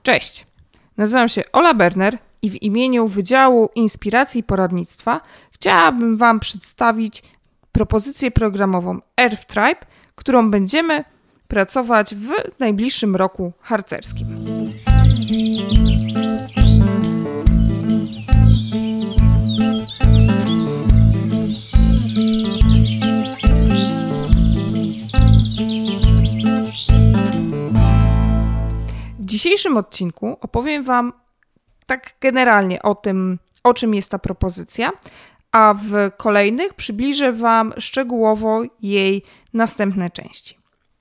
Cześć, nazywam się Ola Berner i w imieniu Wydziału Inspiracji i Poradnictwa chciałabym Wam przedstawić propozycję programową EarthTribe, którą będziemy pracować w najbliższym roku harcerskim. W dzisiejszym odcinku opowiem Wam tak generalnie o tym, o czym jest ta propozycja, a w kolejnych przybliżę Wam szczegółowo jej następne części.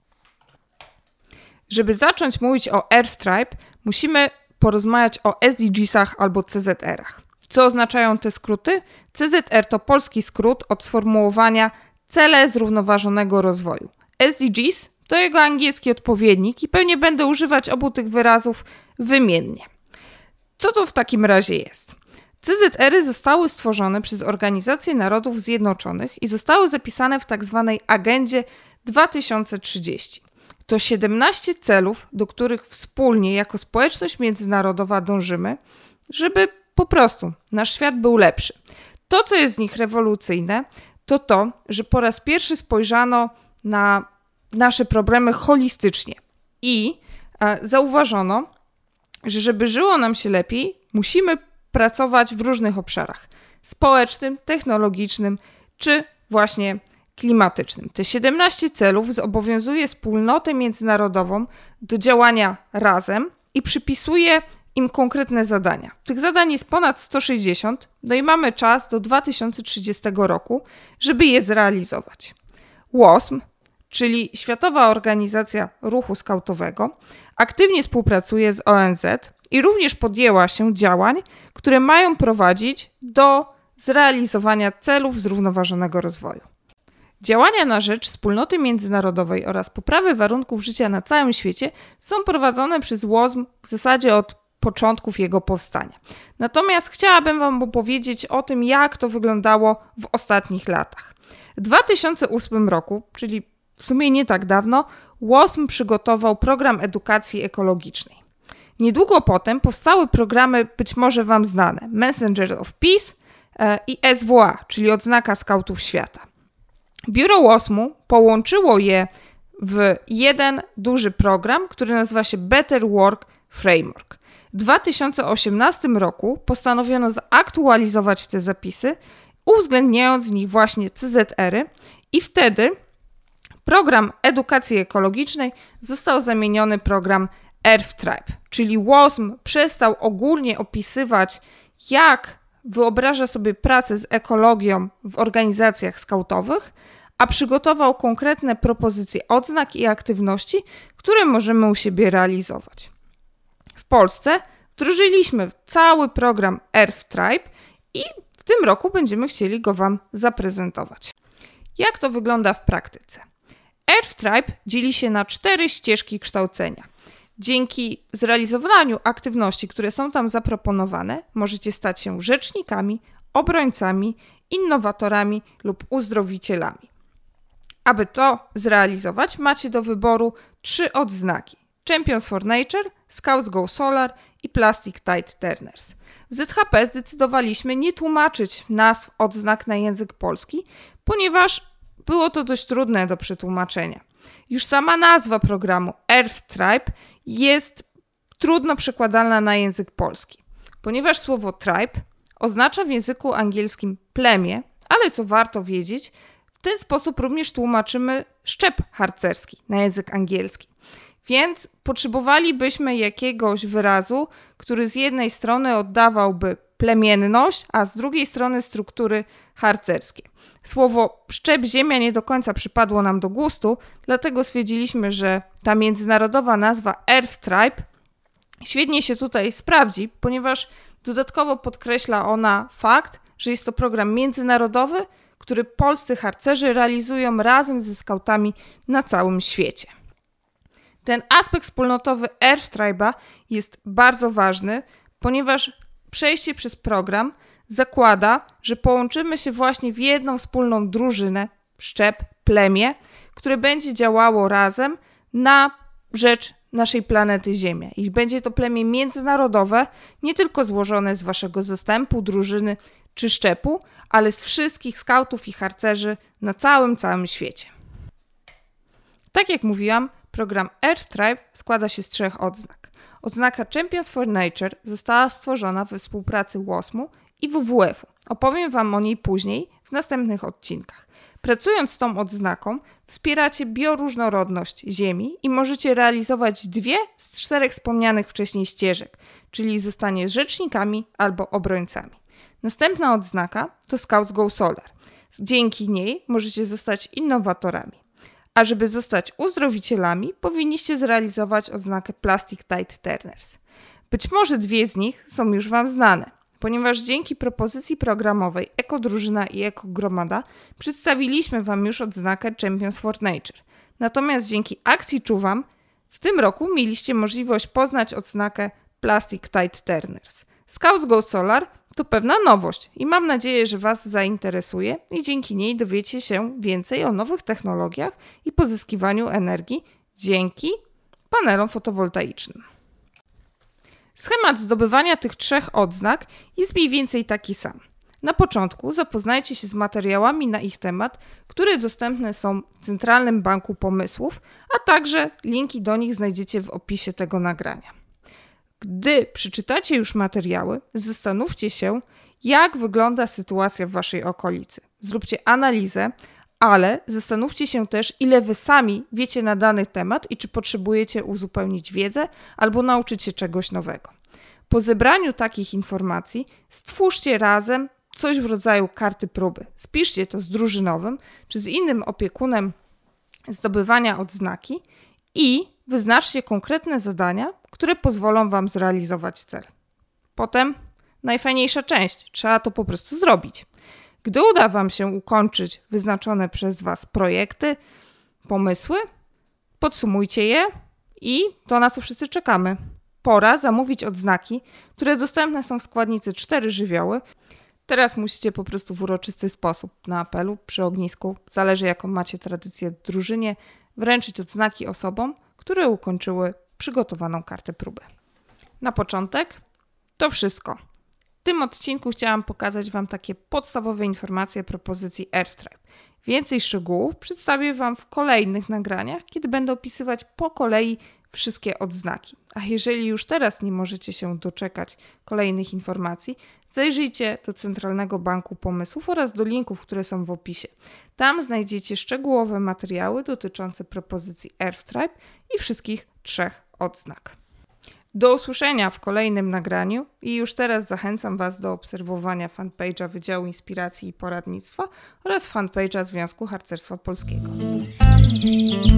Żeby zacząć mówić o EarthTribe, musimy porozmawiać o SDGs-ach albo CZR-ach. Co oznaczają te skróty? CZR to polski skrót od sformułowania Cele Zrównoważonego Rozwoju. SDGs to jego angielski odpowiednik i pewnie będę używać obu tych wyrazów wymiennie. Co to w takim razie jest? CZR-y zostały stworzone przez Organizację Narodów Zjednoczonych i zostały zapisane w tzw. Agendzie 2030. To 17 celów, do których wspólnie jako społeczność międzynarodowa dążymy, żeby po prostu nasz świat był lepszy. To, co jest z nich rewolucyjne, to, że po raz pierwszy spojrzano na nasze problemy holistycznie i zauważono, że żeby żyło nam się lepiej, musimy pracować w różnych obszarach społecznym, technologicznym czy właśnie klimatycznym. Te 17 celów zobowiązuje wspólnotę międzynarodową do działania razem i przypisuje im konkretne zadania. Tych zadań jest ponad 160, no i mamy czas do 2030 roku, żeby je zrealizować. WOSM, czyli Światowa Organizacja Ruchu Skautowego, aktywnie współpracuje z ONZ i również podjęła się działań, które mają prowadzić do zrealizowania celów zrównoważonego rozwoju. Działania na rzecz wspólnoty międzynarodowej oraz poprawy warunków życia na całym świecie są prowadzone przez WOSM w zasadzie od początków jego powstania. Natomiast chciałabym Wam opowiedzieć o tym, jak to wyglądało w ostatnich latach. W 2008 roku, czyli w sumie nie tak dawno, WOSM przygotował program edukacji ekologicznej. Niedługo potem powstały programy być może Wam znane Messenger of Peace i SWA, czyli Odznaka Skautów Świata. Biuro WOSM-u połączyło je w jeden duży program, który nazywa się Better Work Framework. W 2018 roku postanowiono zaktualizować te zapisy, uwzględniając w nich właśnie CZR-y i wtedy program edukacji ekologicznej został zamieniony program EarthTribe, czyli WOSM przestał ogólnie opisywać, jak wyobraża sobie pracę z ekologią w organizacjach skautowych, a przygotował konkretne propozycje odznak i aktywności, które możemy u siebie realizować. W Polsce wdrożyliśmy cały program EarthTribe i w tym roku będziemy chcieli go Wam zaprezentować. Jak to wygląda w praktyce? EarthTribe dzieli się na 4 ścieżki kształcenia. Dzięki zrealizowaniu aktywności, które są tam zaproponowane, możecie stać się rzecznikami, obrońcami, innowatorami lub uzdrowicielami. Aby to zrealizować, macie do wyboru 3 odznaki: Champions for Nature, Scouts Go Solar i Plastic Tide Turners. W ZHP zdecydowaliśmy nie tłumaczyć nazw odznak na język polski, ponieważ było to dość trudne do przetłumaczenia. Już sama nazwa programu EarthTribe jest trudno przekładalna na język polski, ponieważ słowo tribe oznacza w języku angielskim plemię, ale co warto wiedzieć, w ten sposób również tłumaczymy szczep harcerski na język angielski. Więc potrzebowalibyśmy jakiegoś wyrazu, który z jednej strony oddawałby plemienność, a z drugiej strony struktury harcerskie. Słowo szczep ziemia nie do końca przypadło nam do gustu, dlatego stwierdziliśmy, że ta międzynarodowa nazwa EarthTribe świetnie się tutaj sprawdzi, ponieważ dodatkowo podkreśla ona fakt, że jest to program międzynarodowy, który polscy harcerzy realizują razem ze skautami na całym świecie. Ten aspekt wspólnotowy EarthTribe'a jest bardzo ważny, ponieważ przejście przez program zakłada, że połączymy się właśnie w jedną wspólną drużynę, szczep, plemię, które będzie działało razem na rzecz naszej planety Ziemia. I będzie to plemię międzynarodowe, nie tylko złożone z waszego zastępu, drużyny czy szczepu, ale z wszystkich skautów i harcerzy na całym świecie. Tak jak mówiłam, program Earth Tribe składa się z 3 odznak. Odznaka Champions for Nature została stworzona we współpracy WOSM-u i WWF-u. Opowiem wam o niej później w następnych odcinkach. Pracując z tą odznaką, wspieracie bioróżnorodność Ziemi i możecie realizować 2 z 4 wspomnianych wcześniej ścieżek, czyli zostanie rzecznikami albo obrońcami. Następna odznaka to Scouts Go Solar. Dzięki niej możecie zostać innowatorami. A żeby zostać uzdrowicielami, powinniście zrealizować odznakę Plastic Tide Turners. Być może 2 z nich są już wam znane, ponieważ dzięki propozycji programowej Ekodrużyna i Ekogromada przedstawiliśmy wam już odznakę Champions for Nature. Natomiast dzięki akcji Czuwam w tym roku mieliście możliwość poznać odznakę Plastic Tide Turners. Scouts Go Solar to pewna nowość i mam nadzieję, że was zainteresuje i dzięki niej dowiecie się więcej o nowych technologiach i pozyskiwaniu energii dzięki panelom fotowoltaicznym. Schemat zdobywania tych 3 odznak jest mniej więcej taki sam. Na początku zapoznajcie się z materiałami na ich temat, które dostępne są w Centralnym Banku Pomysłów, a także linki do nich znajdziecie w opisie tego nagrania. Gdy przeczytacie już materiały, zastanówcie się, jak wygląda sytuacja w waszej okolicy. Zróbcie analizę, ale zastanówcie się też, ile wy sami wiecie na dany temat i czy potrzebujecie uzupełnić wiedzę albo nauczyć się czegoś nowego. Po zebraniu takich informacji stwórzcie razem coś w rodzaju karty próby. Spiszcie to z drużynowym czy z innym opiekunem zdobywania odznaki i wyznaczcie konkretne zadania, które pozwolą wam zrealizować cel. Potem najfajniejsza część, trzeba to po prostu zrobić. Gdy uda wam się ukończyć wyznaczone przez was projekty, pomysły, podsumujcie je i to, na co wszyscy czekamy. Pora zamówić odznaki, które dostępne są w składnicy 4 żywioły. Teraz musicie po prostu w uroczysty sposób na apelu, przy ognisku, zależy jaką macie tradycję w drużynie, wręczyć odznaki osobom, które ukończyły przygotowaną kartę próby. Na początek to wszystko. W tym odcinku chciałam pokazać wam takie podstawowe informacje propozycji Earth Tribe. Więcej szczegółów przedstawię wam w kolejnych nagraniach, kiedy będę opisywać po kolei wszystkie odznaki. A jeżeli już teraz nie możecie się doczekać kolejnych informacji, zajrzyjcie do Centralnego Banku Pomysłów oraz do linków, które są w opisie. Tam znajdziecie szczegółowe materiały dotyczące propozycji Earth Tribe i wszystkich 3 odznak. Do usłyszenia w kolejnym nagraniu i już teraz zachęcam was do obserwowania fanpage'a Wydziału Inspiracji i Poradnictwa oraz fanpage'a Związku Harcerstwa Polskiego.